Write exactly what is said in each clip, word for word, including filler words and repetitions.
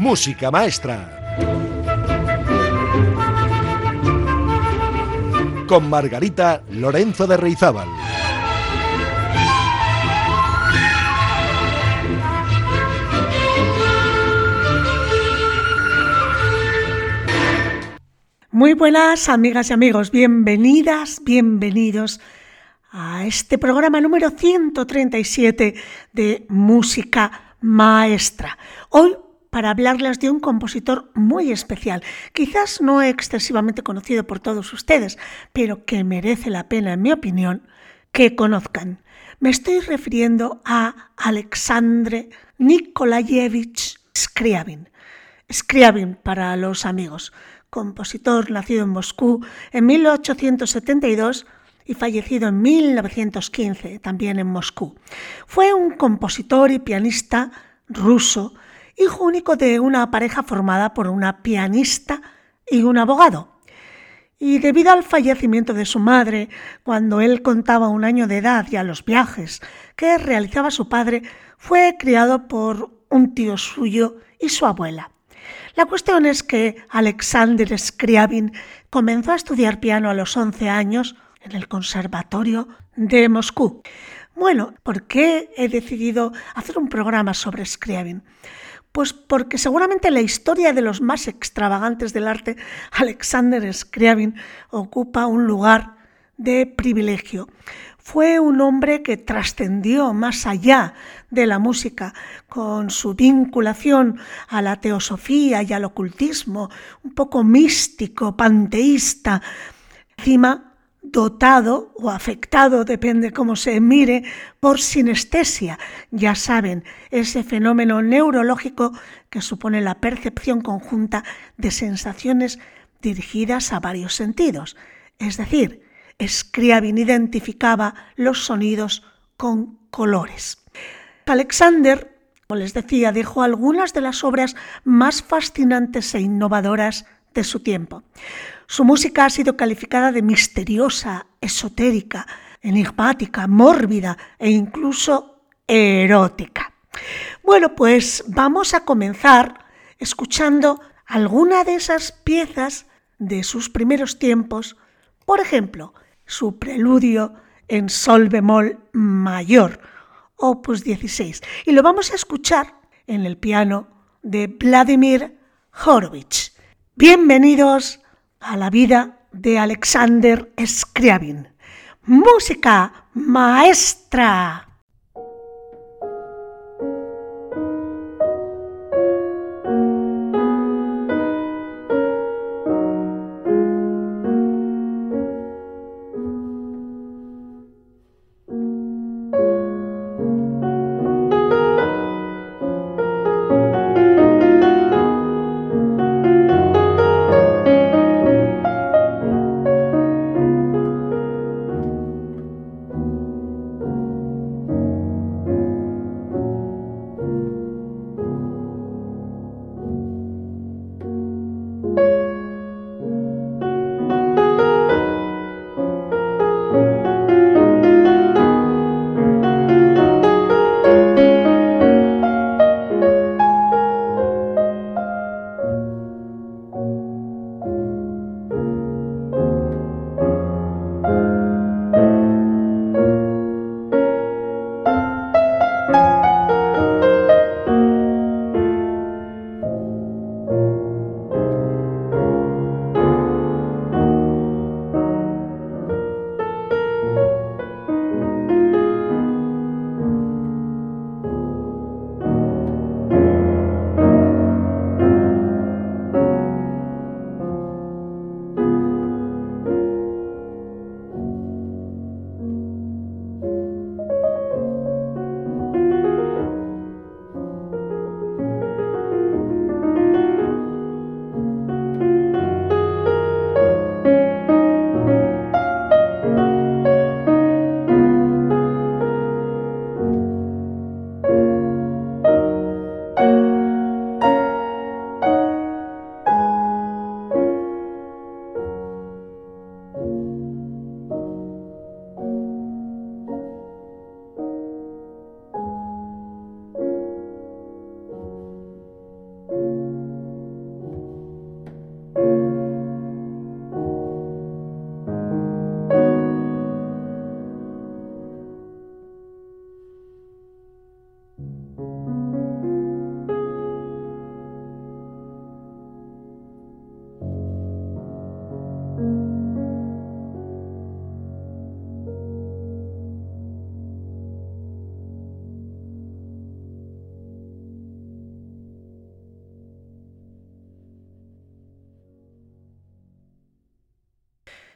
Música Maestra. Con Margarita Lorenzo de Reizábal. Muy buenas amigas y amigos, bienvenidas, bienvenidos a este programa número ciento treinta y siete de Música Maestra. Hoy para hablarles de un compositor muy especial, quizás no excesivamente conocido por todos ustedes, pero que merece la pena, en mi opinión, que conozcan. Me estoy refiriendo a Alexander Nikolayevich Scriabin. Scriabin para los amigos, compositor nacido en Moscú en mil ochocientos setenta y dos y fallecido en mil novecientos quince, también en Moscú. Fue un compositor y pianista ruso, hijo único de una pareja formada por una pianista y un abogado. Y debido al fallecimiento de su madre, cuando él contaba un año de edad y a los viajes que realizaba su padre, fue criado por un tío suyo y su abuela. La cuestión es que Alexander Scriabin comenzó a estudiar piano a los once años en el Conservatorio de Moscú. Bueno, ¿por qué he decidido hacer un programa sobre Scriabin? Pues porque seguramente la historia de los más extravagantes del arte, Alexander Scriabin ocupa un lugar de privilegio. Fue un hombre que trascendió más allá de la música con su vinculación a la teosofía y al ocultismo, un poco místico, panteísta, encima dotado o afectado, depende cómo se mire, por sinestesia. Ya saben, ese fenómeno neurológico que supone la percepción conjunta de sensaciones dirigidas a varios sentidos. Es decir, Scriabin identificaba los sonidos con colores. Alexander, como les decía, dejó algunas de las obras más fascinantes e innovadoras de su tiempo. Su música ha sido calificada de misteriosa, esotérica, enigmática, mórbida e incluso erótica. Bueno, pues vamos a comenzar escuchando alguna de esas piezas de sus primeros tiempos, por ejemplo, su preludio en sol bemol mayor, opus dieciséis, y lo vamos a escuchar en el piano de Vladimir Horowitz. Bienvenidos a la vida de Alexander Scriabin. Música Maestra. Thank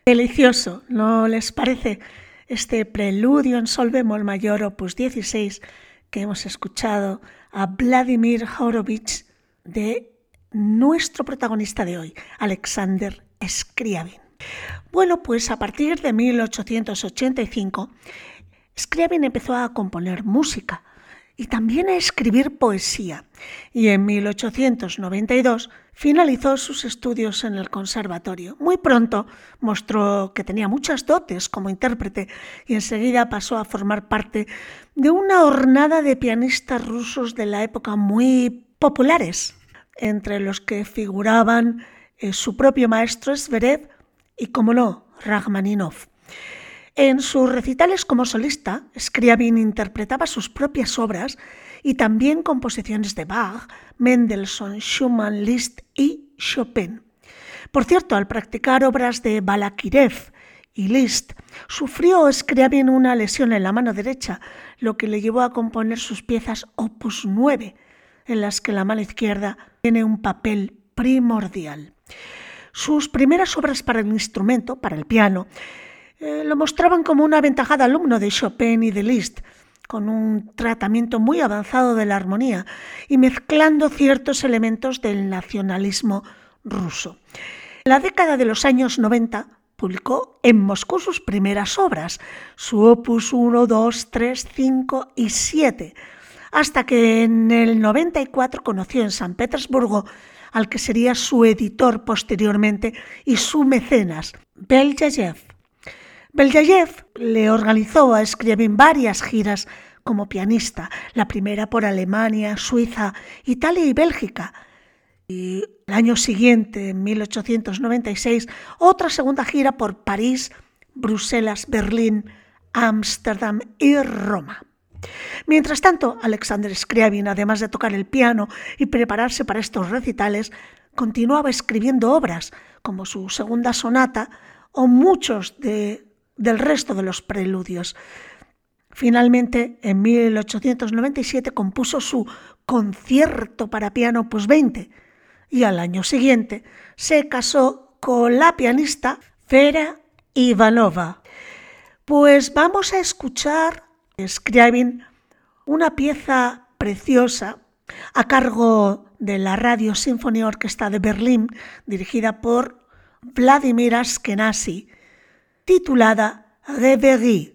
Delicioso, ¿no les parece? Este preludio en sol bemol mayor opus dieciséis que hemos escuchado a Vladimir Horowitz de nuestro protagonista de hoy, Alexander Scriabin. Bueno, pues a partir de mil ochocientos ochenta y cinco, Scriabin empezó a componer música y también a escribir poesía, y en mil ochocientos noventa y dos finalizó sus estudios en el conservatorio. Muy pronto mostró que tenía muchas dotes como intérprete y enseguida pasó a formar parte de una hornada de pianistas rusos de la época muy populares, entre los que figuraban eh, su propio maestro Zverev y, como no, Rachmaninoff. En sus recitales como solista, Scriabin interpretaba sus propias obras y también composiciones de Bach, Mendelssohn, Schumann, Liszt y Chopin. Por cierto, al practicar obras de Balakirev y Liszt, sufrió Scriabin una lesión en la mano derecha, lo que le llevó a componer sus piezas opus nueve, en las que la mano izquierda tiene un papel primordial. Sus primeras obras para el instrumento, para el piano, Eh, lo mostraban como un aventajado alumno de Chopin y de Liszt, con un tratamiento muy avanzado de la armonía y mezclando ciertos elementos del nacionalismo ruso. En la década de los años noventa publicó en Moscú sus primeras obras, su opus uno, dos, tres, cinco y siete, hasta que en el noventa y cuatro conoció en San Petersburgo al que sería su editor posteriormente y su mecenas, Belyayev. Belyayev le organizó a Scriabin varias giras como pianista, la primera por Alemania, Suiza, Italia y Bélgica. Y el año siguiente, en mil ochocientos noventa y seis, otra segunda gira por París, Bruselas, Berlín, Ámsterdam y Roma. Mientras tanto, Alexander Scriabin, además de tocar el piano y prepararse para estos recitales, continuaba escribiendo obras como su segunda sonata o muchos de del resto de los preludios. Finalmente, en mil ochocientos noventa y siete compuso su concierto para piano opus veinte y al año siguiente se casó con la pianista Vera Ivanova. Pues vamos a escuchar de Scriabin una pieza preciosa a cargo de la Radio Symphony Orchestra de Berlín, dirigida por Vladimir Ashkenazy, titulada Rêverie.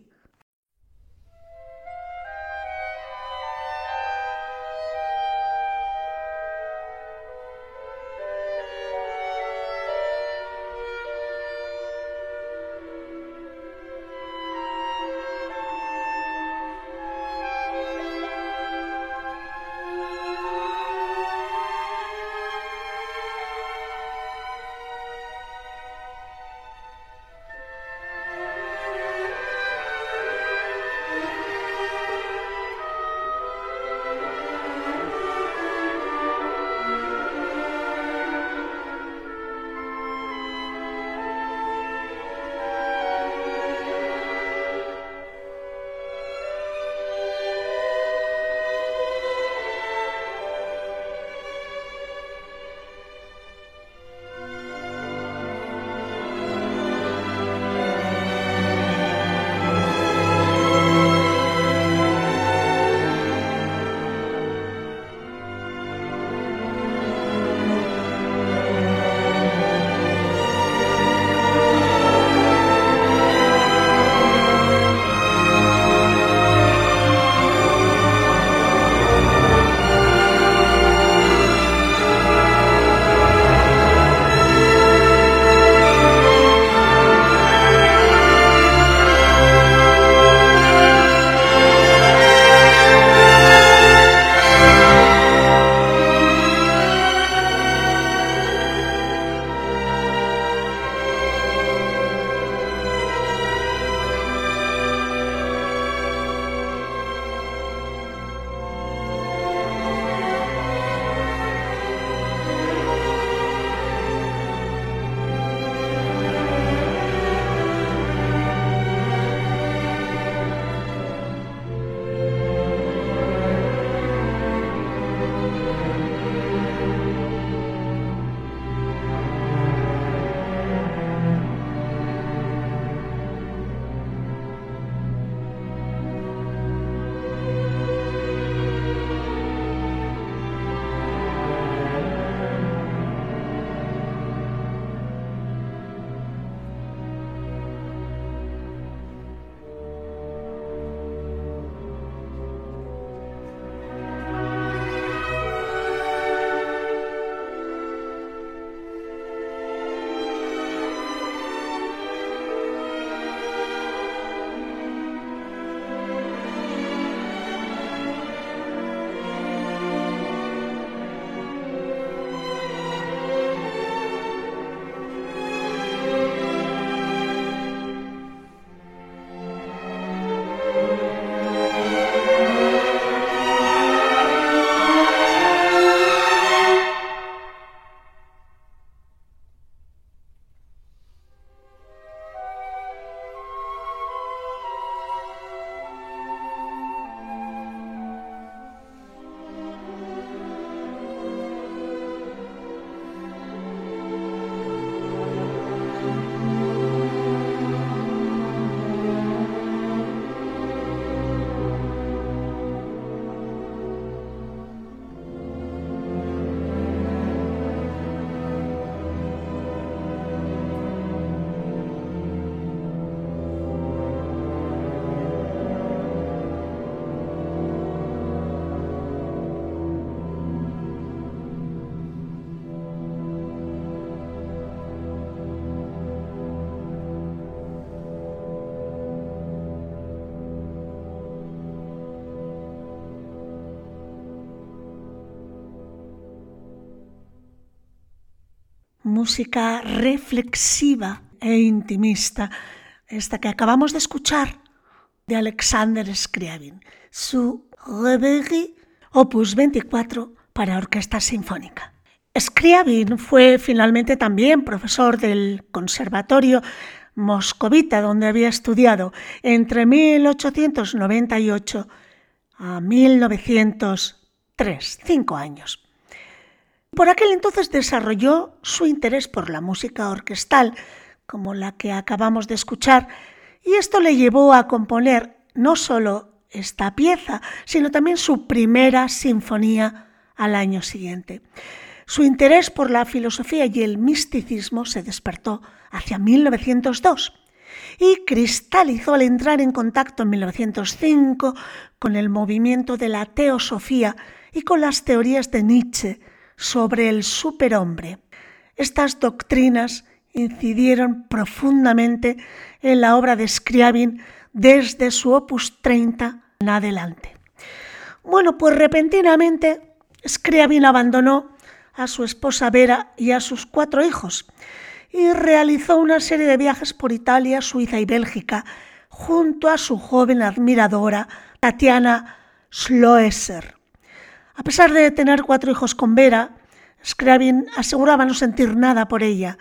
música reflexiva e intimista, esta que acabamos de escuchar de Alexander Scriabin, su Reverie, opus veinticuatro para orquesta sinfónica. Scriabin fue finalmente también profesor del Conservatorio Moscovita, donde había estudiado entre mil ochocientos noventa y ocho a mil novecientos tres, cinco años. Por aquel entonces desarrolló su interés por la música orquestal, como la que acabamos de escuchar, y esto le llevó a componer no solo esta pieza, sino también su primera sinfonía al año siguiente. Su interés por la filosofía y el misticismo se despertó hacia mil novecientos dos y cristalizó al entrar en contacto en mil novecientos cinco con el movimiento de la teosofía y con las teorías de Nietzsche sobre el superhombre. Estas doctrinas incidieron profundamente en la obra de Scriabin desde su opus treinta en adelante. Bueno, pues repentinamente Scriabin abandonó a su esposa Vera y a sus cuatro hijos y realizó una serie de viajes por Italia, Suiza y Bélgica junto a su joven admiradora Tatiana Schloesser. A pesar de tener cuatro hijos con Vera, Scriabin aseguraba no sentir nada por ella.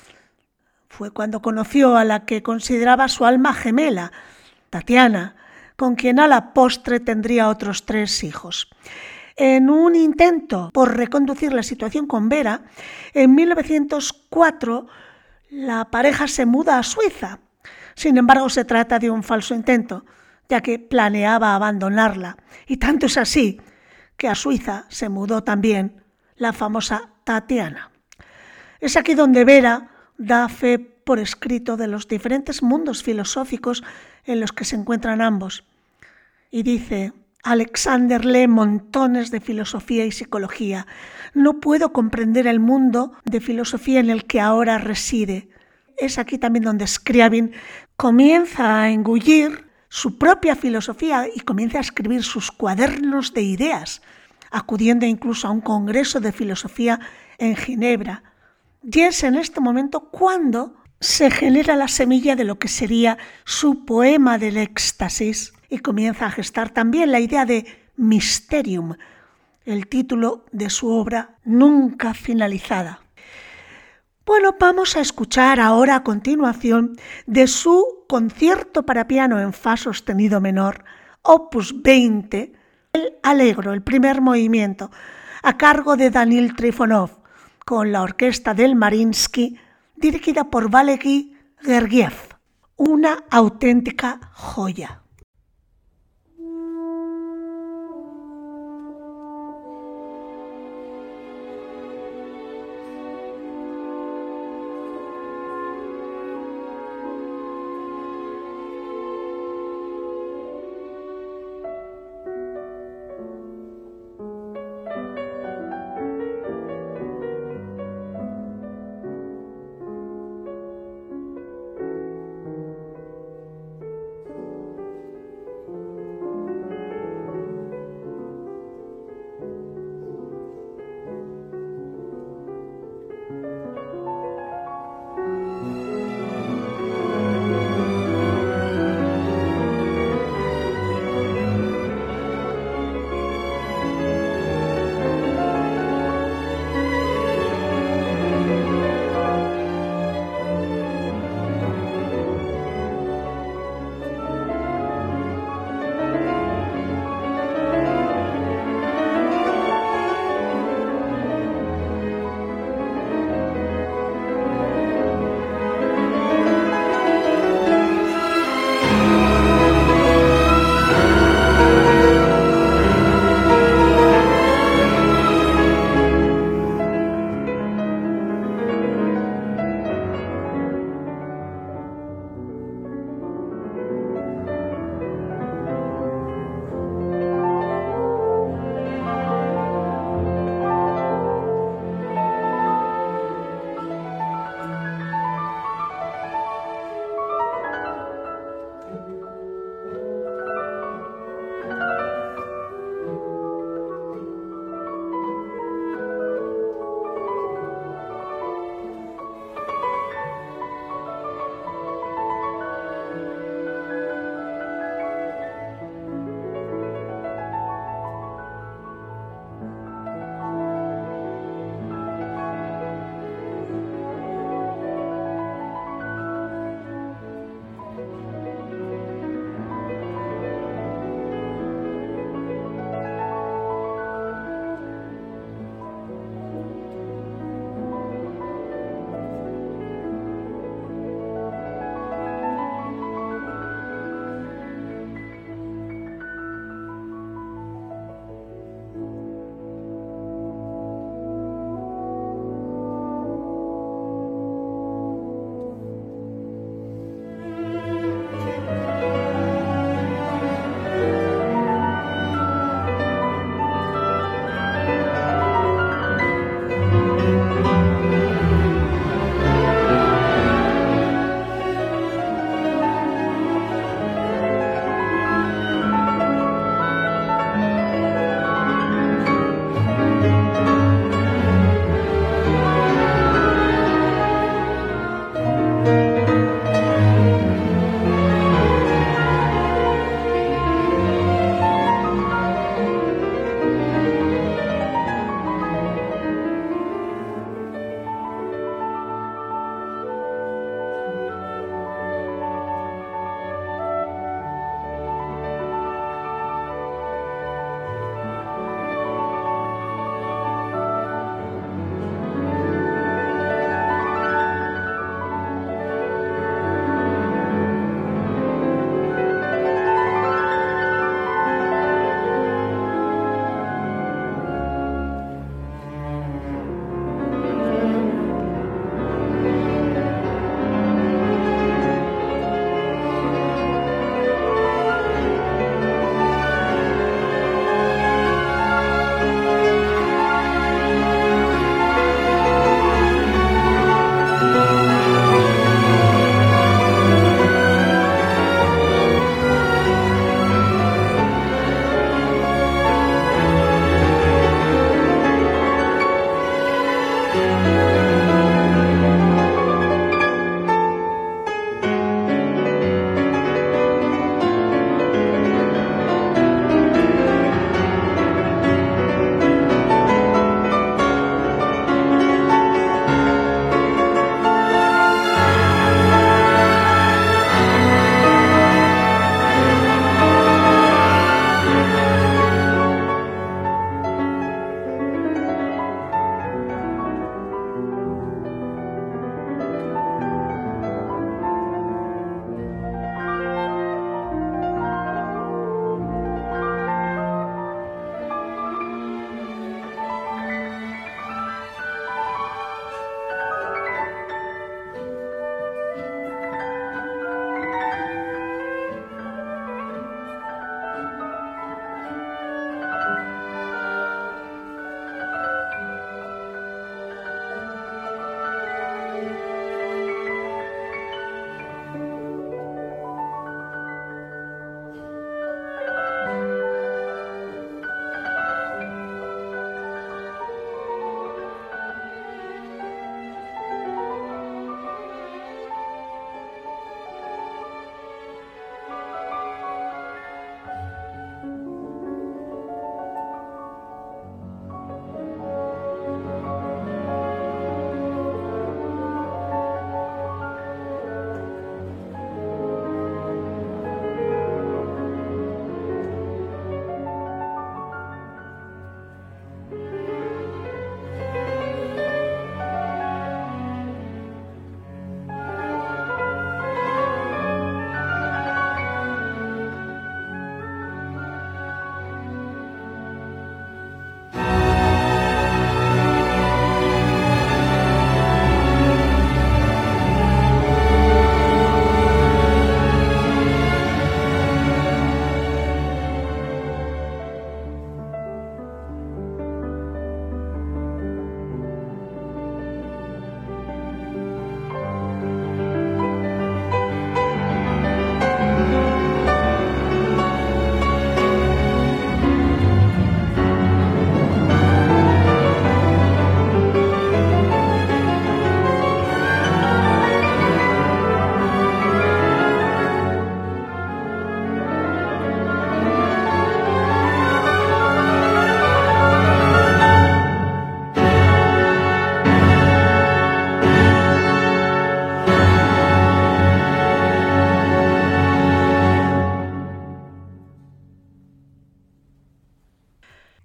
Fue cuando conoció a la que consideraba su alma gemela, Tatiana, con quien a la postre tendría otros tres hijos. En un intento por reconducir la situación con Vera, en mil novecientos cuatro la pareja se muda a Suiza. Sin embargo, se trata de un falso intento, ya que planeaba abandonarla. Y tanto es así que a Suiza se mudó también la famosa Tatiana. Es aquí donde Vera da fe por escrito de los diferentes mundos filosóficos en los que se encuentran ambos. Y dice: Alexander lee montones de filosofía y psicología. No puedo comprender el mundo de filosofía en el que ahora reside. Es aquí también donde Scriabin comienza a engullir su propia filosofía y comienza a escribir sus cuadernos de ideas, acudiendo incluso a un congreso de filosofía en Ginebra. Y es en este momento cuando se genera la semilla de lo que sería su poema del éxtasis y comienza a gestar también la idea de Mysterium, el título de su obra nunca finalizada. Bueno, vamos a escuchar ahora a continuación de su concierto para piano en fa sostenido menor, opus veinte, el Allegro, el primer movimiento, a cargo de Danil Trifonov, con la orquesta del Mariinsky, dirigida por Valery Gergiev. Una auténtica joya.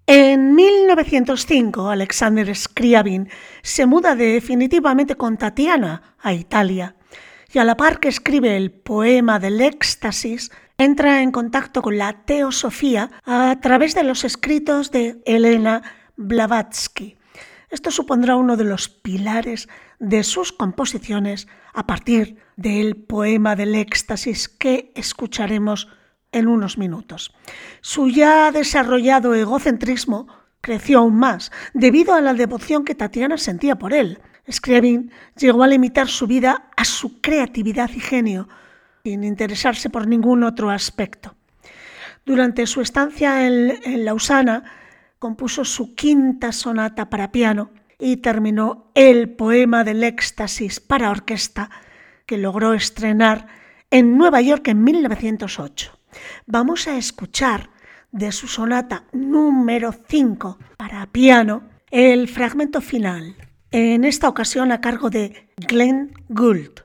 En mil novecientos cinco, Alexander Scriabin se muda definitivamente con Tatiana a Italia y a la par que escribe el poema del éxtasis, entra en contacto con la teosofía a través de los escritos de Elena Blavatsky. Esto supondrá uno de los pilares de sus composiciones a partir del poema del éxtasis que escucharemos en unos minutos. Su ya desarrollado egocentrismo creció aún más debido a la devoción que Tatiana sentía por él. Scriabin llegó a limitar su vida a su creatividad y genio, sin interesarse por ningún otro aspecto. Durante su estancia en, en Lausana, compuso su quinta sonata para piano y terminó el poema del éxtasis para orquesta, que logró estrenar en Nueva York en mil novecientos ocho. Vamos a escuchar de su sonata número cinco para piano el fragmento final, en esta ocasión a cargo de Glenn Gould.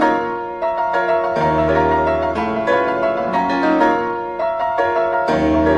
Thank you.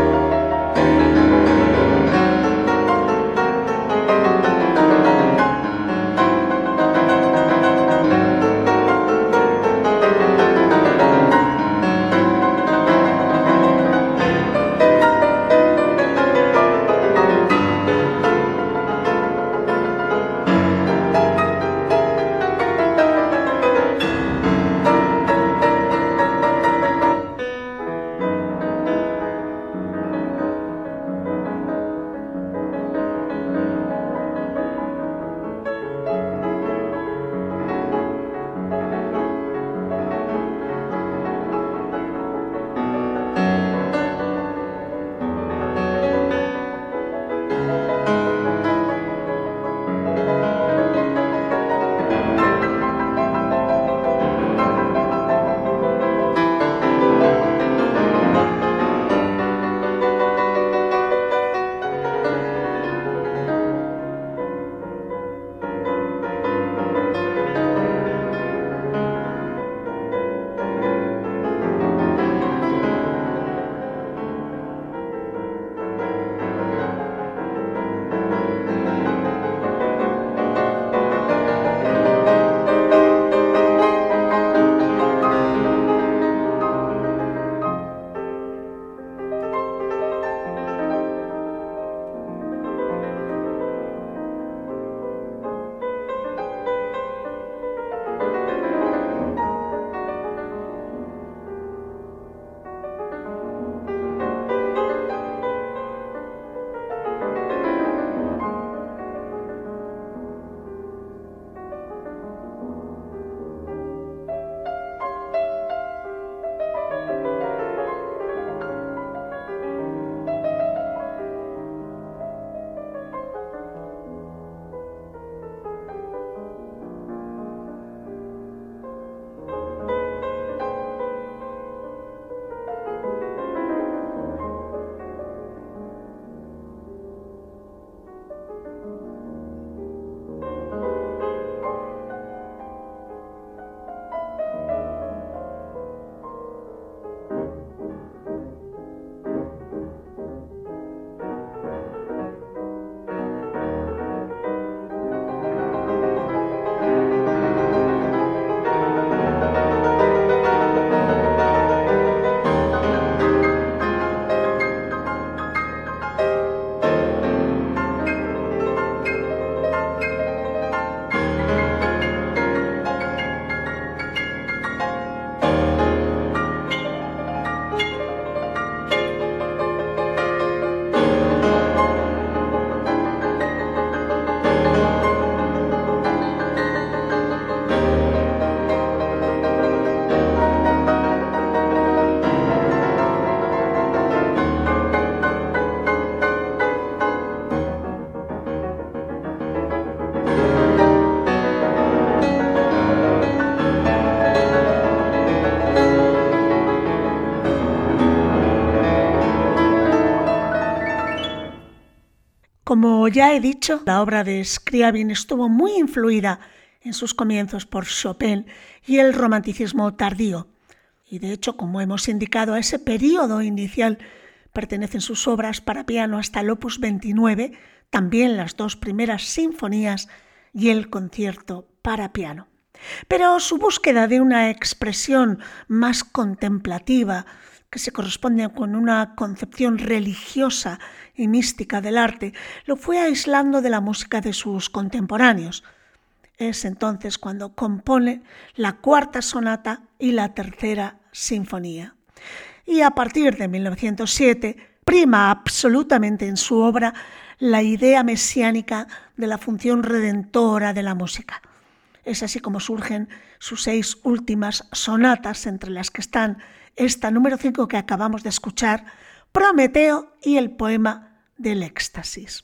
Como ya he dicho, la obra de Scriabin estuvo muy influida en sus comienzos por Chopin y el romanticismo tardío. Y de hecho, como hemos indicado, a ese periodo inicial pertenecen sus obras para piano hasta el opus veintinueve, también las dos primeras sinfonías y el concierto para piano. Pero su búsqueda de una expresión más contemplativa, que se corresponde con una concepción religiosa y mística del arte, lo fue aislando de la música de sus contemporáneos. Es entonces cuando compone la cuarta sonata y la tercera sinfonía. Y a partir de mil novecientos siete prima absolutamente en su obra la idea mesiánica de la función redentora de la música. Es así como surgen sus seis últimas sonatas, entre las que están esta número cinco que acabamos de escuchar, Prometeo y el poema del éxtasis.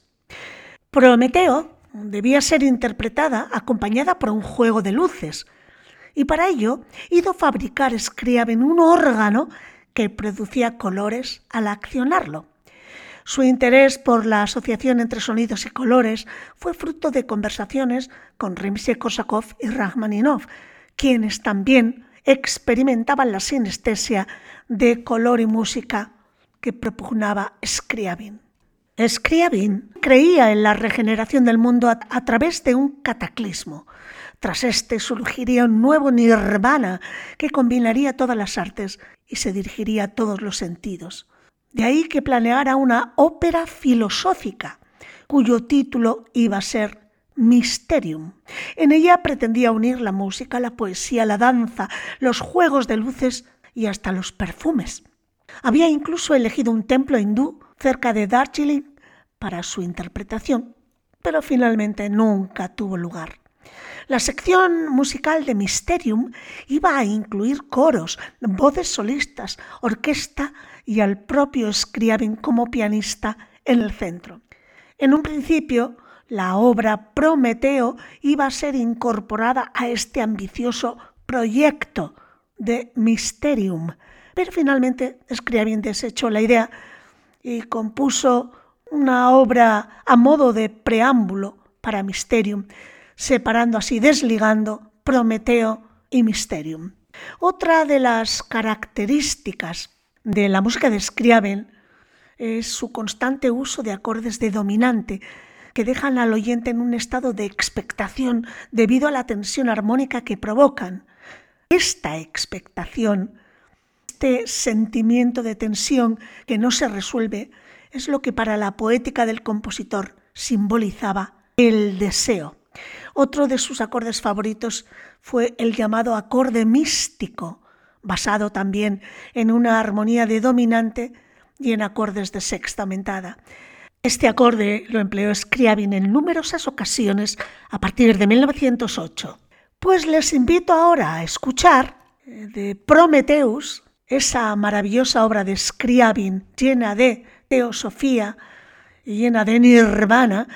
Prometeo debía ser interpretada acompañada por un juego de luces, y para ello hizo fabricar Scriabin un órgano que producía colores al accionarlo. Su interés por la asociación entre sonidos y colores fue fruto de conversaciones con Rimsky-Korsakov y Rachmaninoff, quienes también experimentaban la sinestesia de color y música que propugnaba Scriabin. Scriabin creía en la regeneración del mundo a, a través de un cataclismo. Tras este surgiría un nuevo nirvana que combinaría todas las artes y se dirigiría a todos los sentidos. De ahí que planeara una ópera filosófica, cuyo título iba a ser Mysterium. En ella pretendía unir la música, la poesía, la danza, los juegos de luces y hasta los perfumes. Había incluso elegido un templo hindú cerca de Darjeeling para su interpretación, pero finalmente nunca tuvo lugar. La sección musical de Mysterium iba a incluir coros, voces solistas, orquesta y al propio Scriabin como pianista en el centro. En un principio, la obra Prometeo iba a ser incorporada a este ambicioso proyecto de Mysterium, pero finalmente Scriabin desechó la idea y compuso una obra a modo de preámbulo para Mysterium, separando así, desligando Prometeo y Mysterium. Otra de las características de la música de Scriabin es su constante uso de acordes de dominante, que dejan al oyente en un estado de expectación debido a la tensión armónica que provocan. Esta expectación, este sentimiento de tensión que no se resuelve, es lo que para la poética del compositor simbolizaba el deseo. Otro de sus acordes favoritos fue el llamado acorde místico, basado también en una armonía de dominante y en acordes de sexta aumentada. Este acorde lo empleó Scriabin en numerosas ocasiones a partir de mil novecientos ocho. Pues les invito ahora a escuchar de Prometheus, esa maravillosa obra de Scriabin llena de teosofía y llena de nirvana,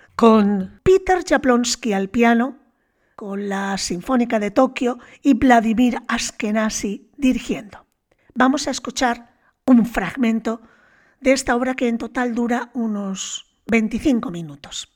con Peter Jablonski al piano, con la Sinfónica de Tokio y Vladimir Ashkenazy dirigiendo. Vamos a escuchar un fragmento de esta obra que en total dura unos veinticinco minutos.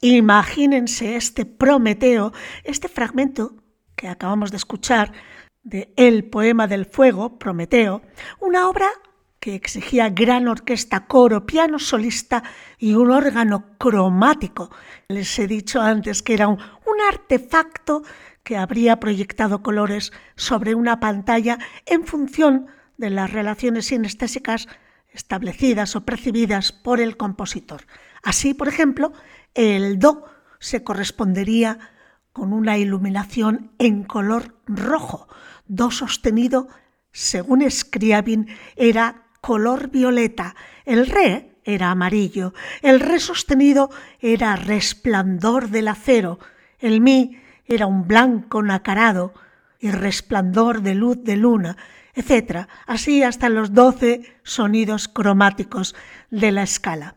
Imagínense este Prometeo, este fragmento que acabamos de escuchar de El poema del fuego, Prometeo, una obra que exigía gran orquesta, coro, piano solista y un órgano cromático. Les he dicho antes que era un, un artefacto que habría proyectado colores sobre una pantalla en función de las relaciones sinestésicas establecidas o percibidas por el compositor. Así, por ejemplo, el do se correspondería con una iluminación en color rojo. Do sostenido, según Scriabin, era color violeta. El re era amarillo. El re sostenido era resplandor del acero. El mi era un blanco nacarado y resplandor de luz de luna, etcétera. Así hasta los doce sonidos cromáticos de la escala.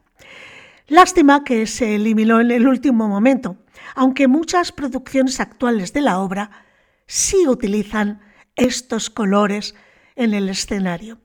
Lástima que se eliminó en el último momento, aunque muchas producciones actuales de la obra sí utilizan estos colores en el escenario.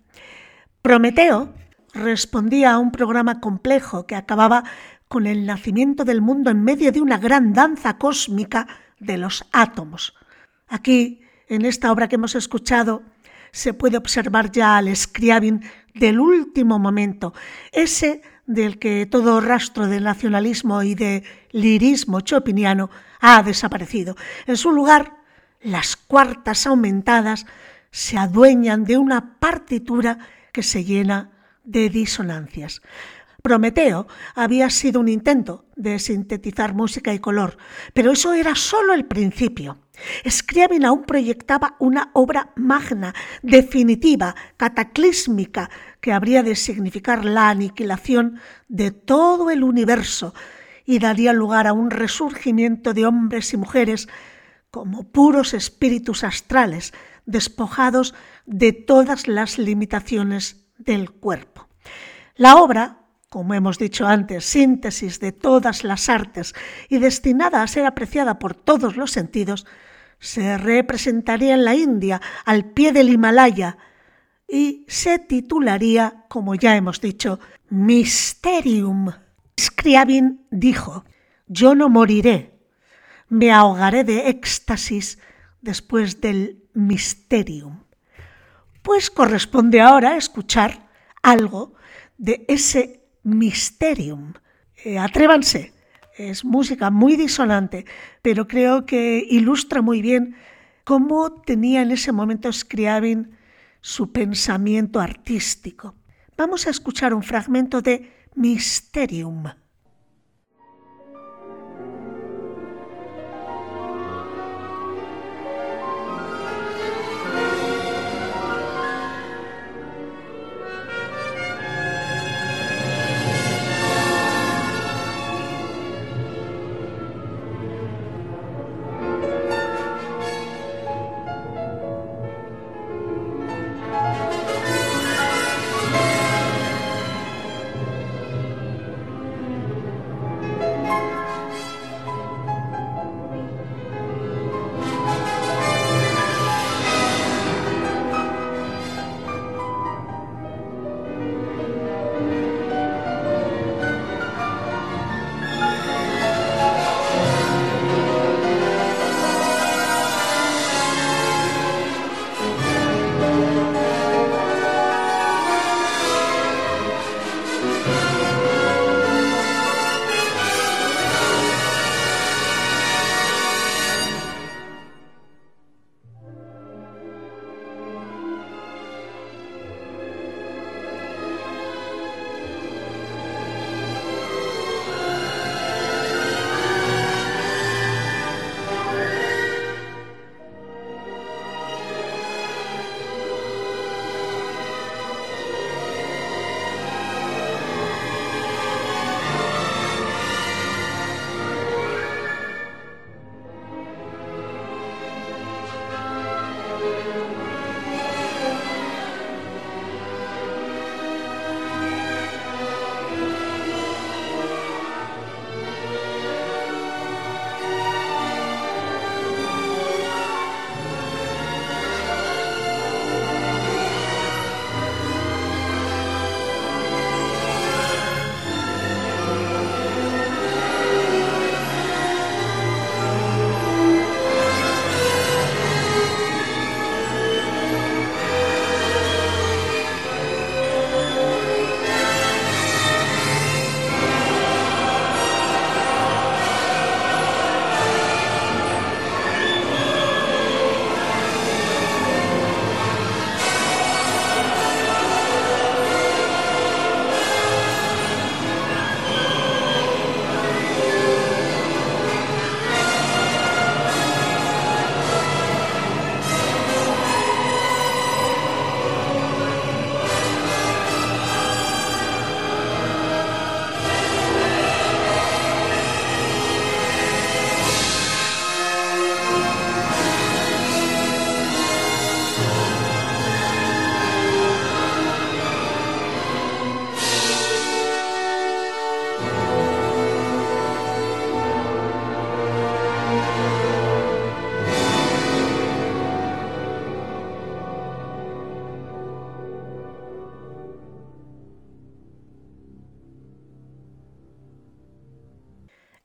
Prometeo respondía a un programa complejo que acababa con el nacimiento del mundo en medio de una gran danza cósmica de los átomos. Aquí, en esta obra que hemos escuchado, se puede observar ya al Scriabin del último momento, ese del que todo rastro de nacionalismo y de lirismo chopiniano ha desaparecido. En su lugar, las cuartas aumentadas se adueñan de una partitura que se llena de disonancias. Prometeo había sido un intento de sintetizar música y color, pero eso era solo el principio. Scriabin aún proyectaba una obra magna, definitiva, cataclísmica, que habría de significar la aniquilación de todo el universo y daría lugar a un resurgimiento de hombres y mujeres como puros espíritus astrales, despojados de todas las limitaciones del cuerpo. La obra, como hemos dicho antes, síntesis de todas las artes y destinada a ser apreciada por todos los sentidos, se representaría en la India, al pie del Himalaya, y se titularía, como ya hemos dicho, Mysterium. Scriabin dijo: «Yo no moriré, me ahogaré de éxtasis después del Mysterium». Pues corresponde ahora escuchar algo de ese Mysterium. Eh, atrévanse, es música muy disonante, pero creo que ilustra muy bien cómo tenía en ese momento Scriabin su pensamiento artístico. Vamos a escuchar un fragmento de Mysterium.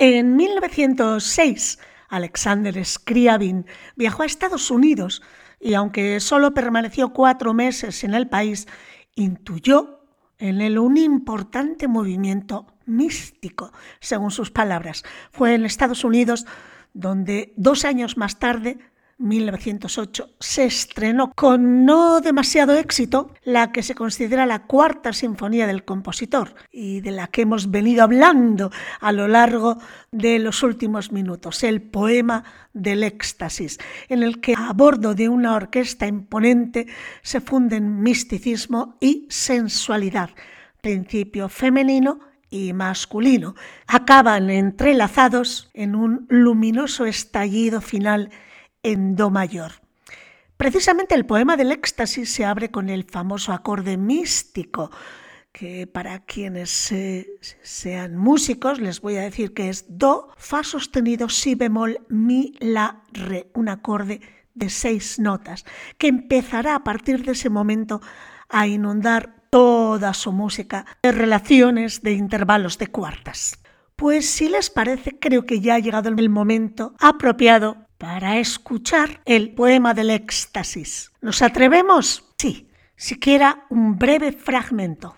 En mil novecientos seis, Alexander Scriabin viajó a Estados Unidos y, aunque solo permaneció cuatro meses en el país, intuyó en él un importante movimiento místico, según sus palabras. Fue en Estados Unidos donde dos años más tarde, mil novecientos ocho, se estrenó con no demasiado éxito la que se considera la cuarta sinfonía del compositor y de la que hemos venido hablando a lo largo de los últimos minutos, el poema del éxtasis, en el que a bordo de una orquesta imponente se funden misticismo y sensualidad, principio femenino y masculino. Acaban entrelazados en un luminoso estallido final en do mayor. Precisamente el poema del éxtasis se abre con el famoso acorde místico, que para quienes eh, sean músicos les voy a decir que es do, fa sostenido, si bemol, mi, la, re, un acorde de seis notas, que empezará a partir de ese momento a inundar toda su música de relaciones de intervalos de cuartas. Pues si les parece, creo que ya ha llegado el momento apropiado para escuchar el poema del éxtasis. ¿Nos atrevemos? Sí, siquiera un breve fragmento.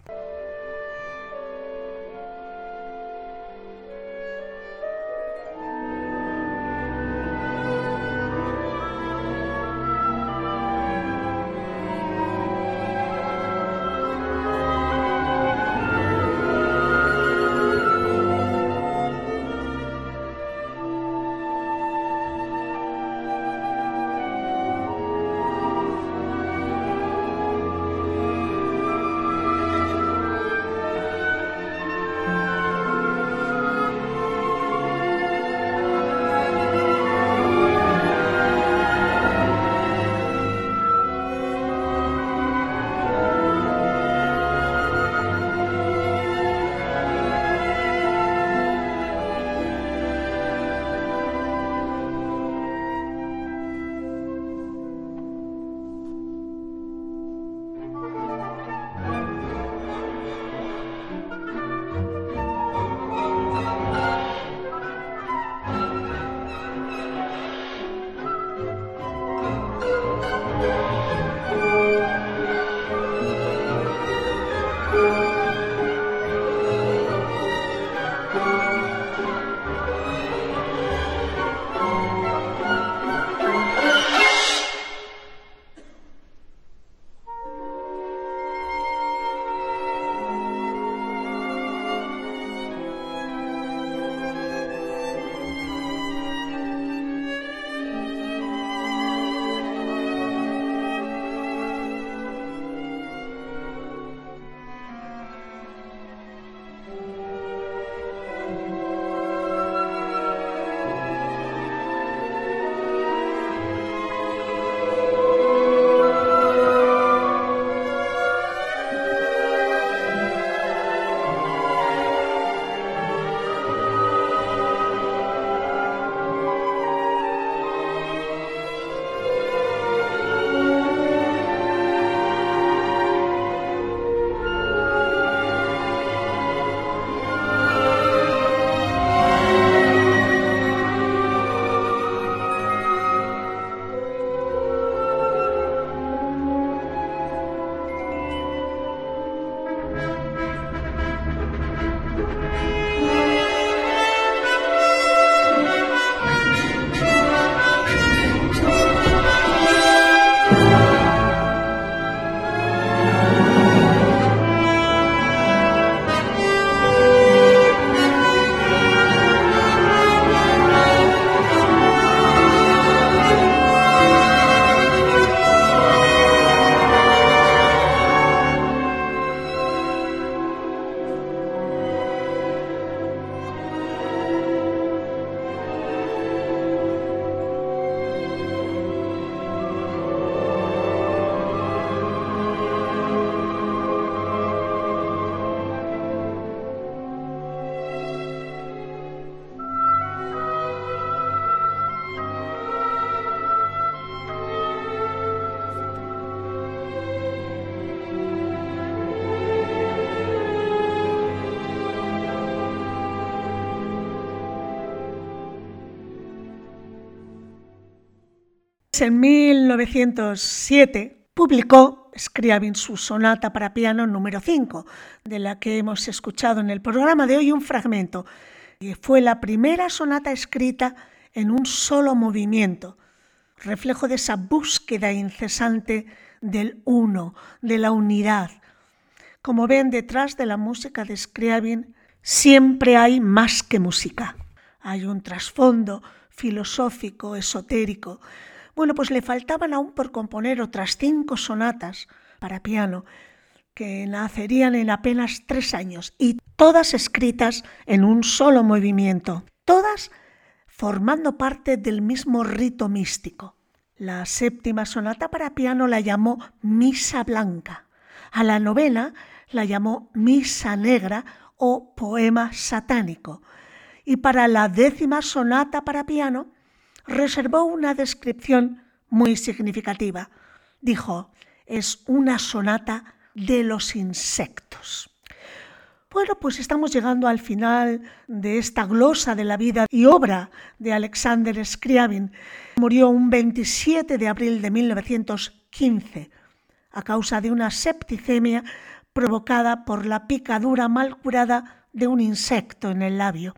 En mil novecientos siete publicó Scriabin su sonata para piano número cinco, de la que hemos escuchado en el programa de hoy un fragmento. Y fue la primera sonata escrita en un solo movimiento, reflejo de esa búsqueda incesante del uno, de la unidad. Como ven, detrás de la música de Scriabin siempre hay más que música. Hay un trasfondo filosófico, esotérico. Bueno, pues le faltaban aún por componer otras cinco sonatas para piano que nacerían en apenas tres años y todas escritas en un solo movimiento, todas formando parte del mismo rito místico. La séptima sonata para piano la llamó Misa Blanca, a la novena la llamó Misa Negra o Poema Satánico, y para la décima sonata para piano reservó una descripción muy significativa. Dijo, es una sonata de los insectos. Bueno, pues estamos llegando al final de esta glosa de la vida y obra de Alexander Scriabin. Murió un veintisiete de abril de mil novecientos quince a causa de una septicemia provocada por la picadura mal curada de un insecto en el labio.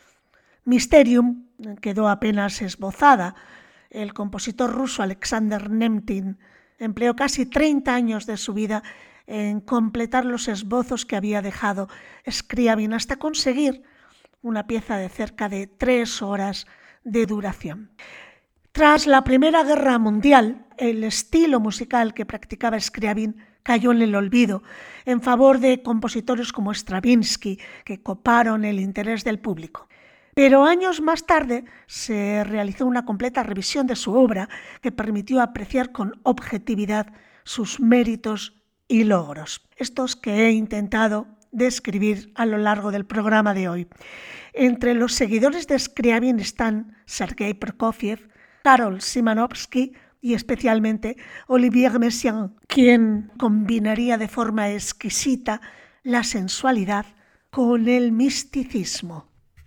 Mysterium quedó apenas esbozada. El compositor ruso Alexander Nemtin empleó casi treinta años de su vida en completar los esbozos que había dejado Scriabin hasta conseguir una pieza de cerca de tres horas de duración. Tras la Primera Guerra Mundial, el estilo musical que practicaba Scriabin cayó en el olvido en favor de compositores como Stravinsky, que coparon el interés del público. Pero años más tarde se realizó una completa revisión de su obra que permitió apreciar con objetividad sus méritos y logros, estos que he intentado describir a lo largo del programa de hoy. Entre los seguidores de Scriabin están Sergei Prokofiev, Karol Szymanowski y especialmente Olivier Messiaen, quien combinaría de forma exquisita la sensualidad con el misticismo.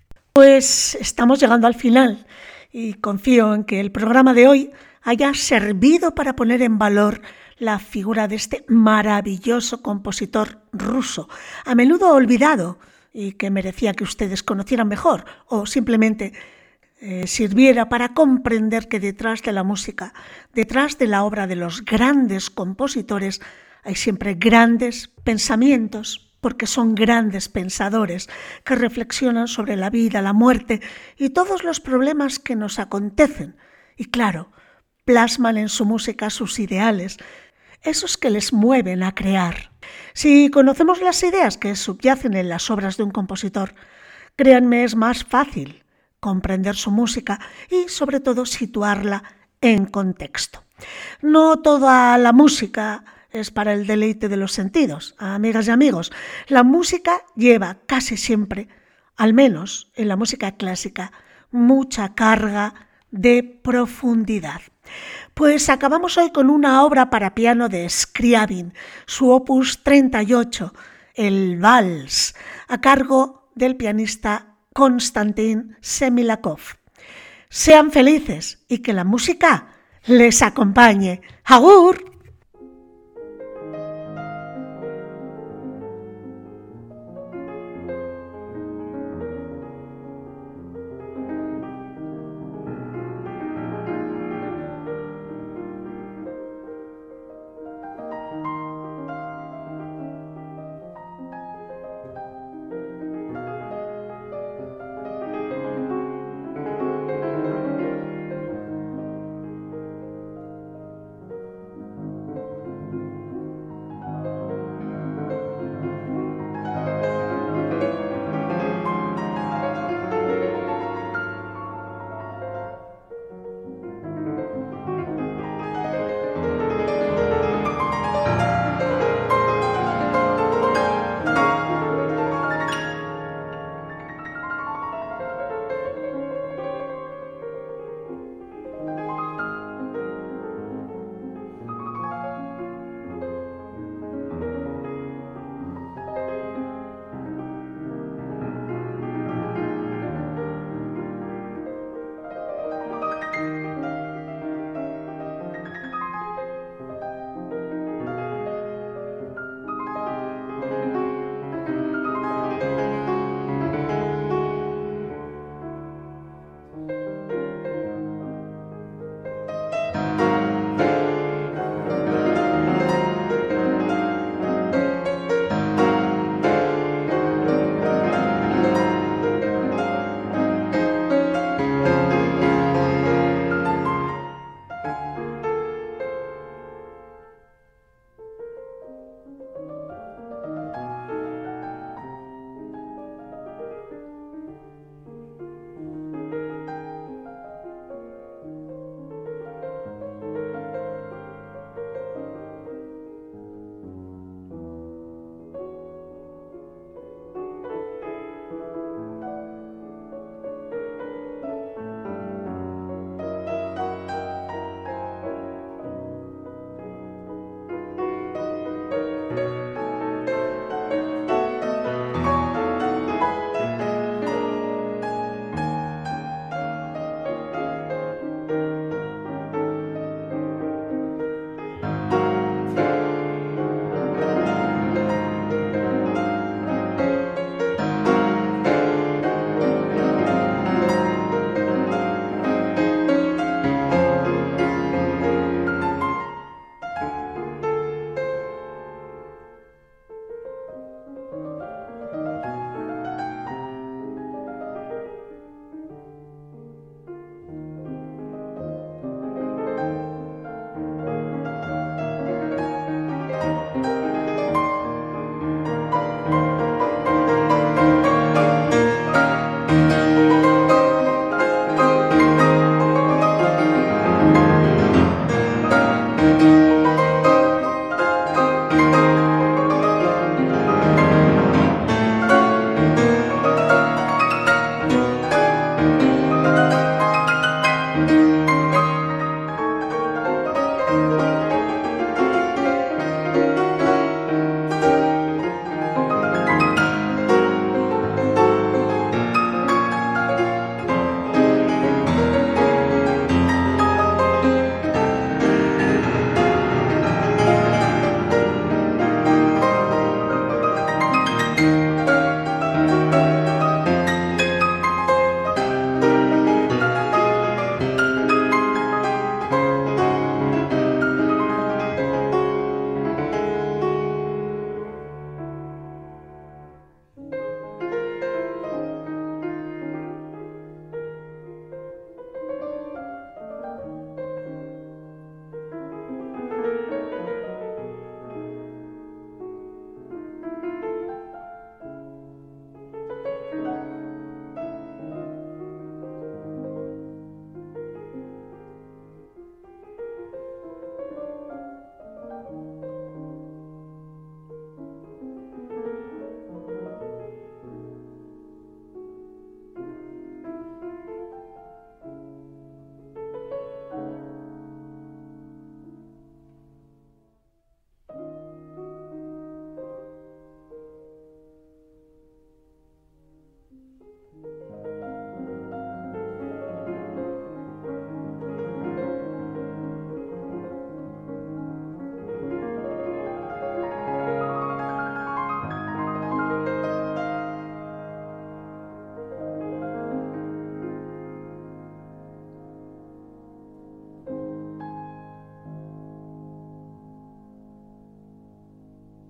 Pues estamos llegando al final y confío en que el programa de hoy haya servido para poner en valor la figura de este maravilloso compositor ruso, a menudo olvidado y que merecía que ustedes conocieran mejor o simplemente eh, sirviera para comprender que detrás de la música, detrás de la obra de los grandes compositores, hay siempre grandes pensamientos, porque son grandes pensadores que reflexionan sobre la vida, la muerte y todos los problemas que nos acontecen. Y claro, plasman en su música sus ideales, esos que les mueven a crear. Si conocemos las ideas que subyacen en las obras de un compositor, créanme, es más fácil comprender su música y, sobre todo, situarla en contexto. No toda la música es para el deleite de los sentidos, amigas y amigos. La música lleva casi siempre, al menos en la música clásica, mucha carga de profundidad. Pues acabamos hoy con una obra para piano de Scriabin, su opus treinta y ocho, el Vals, a cargo del pianista Konstantin Semilakov. Sean felices y que la música les acompañe. ¡Agur!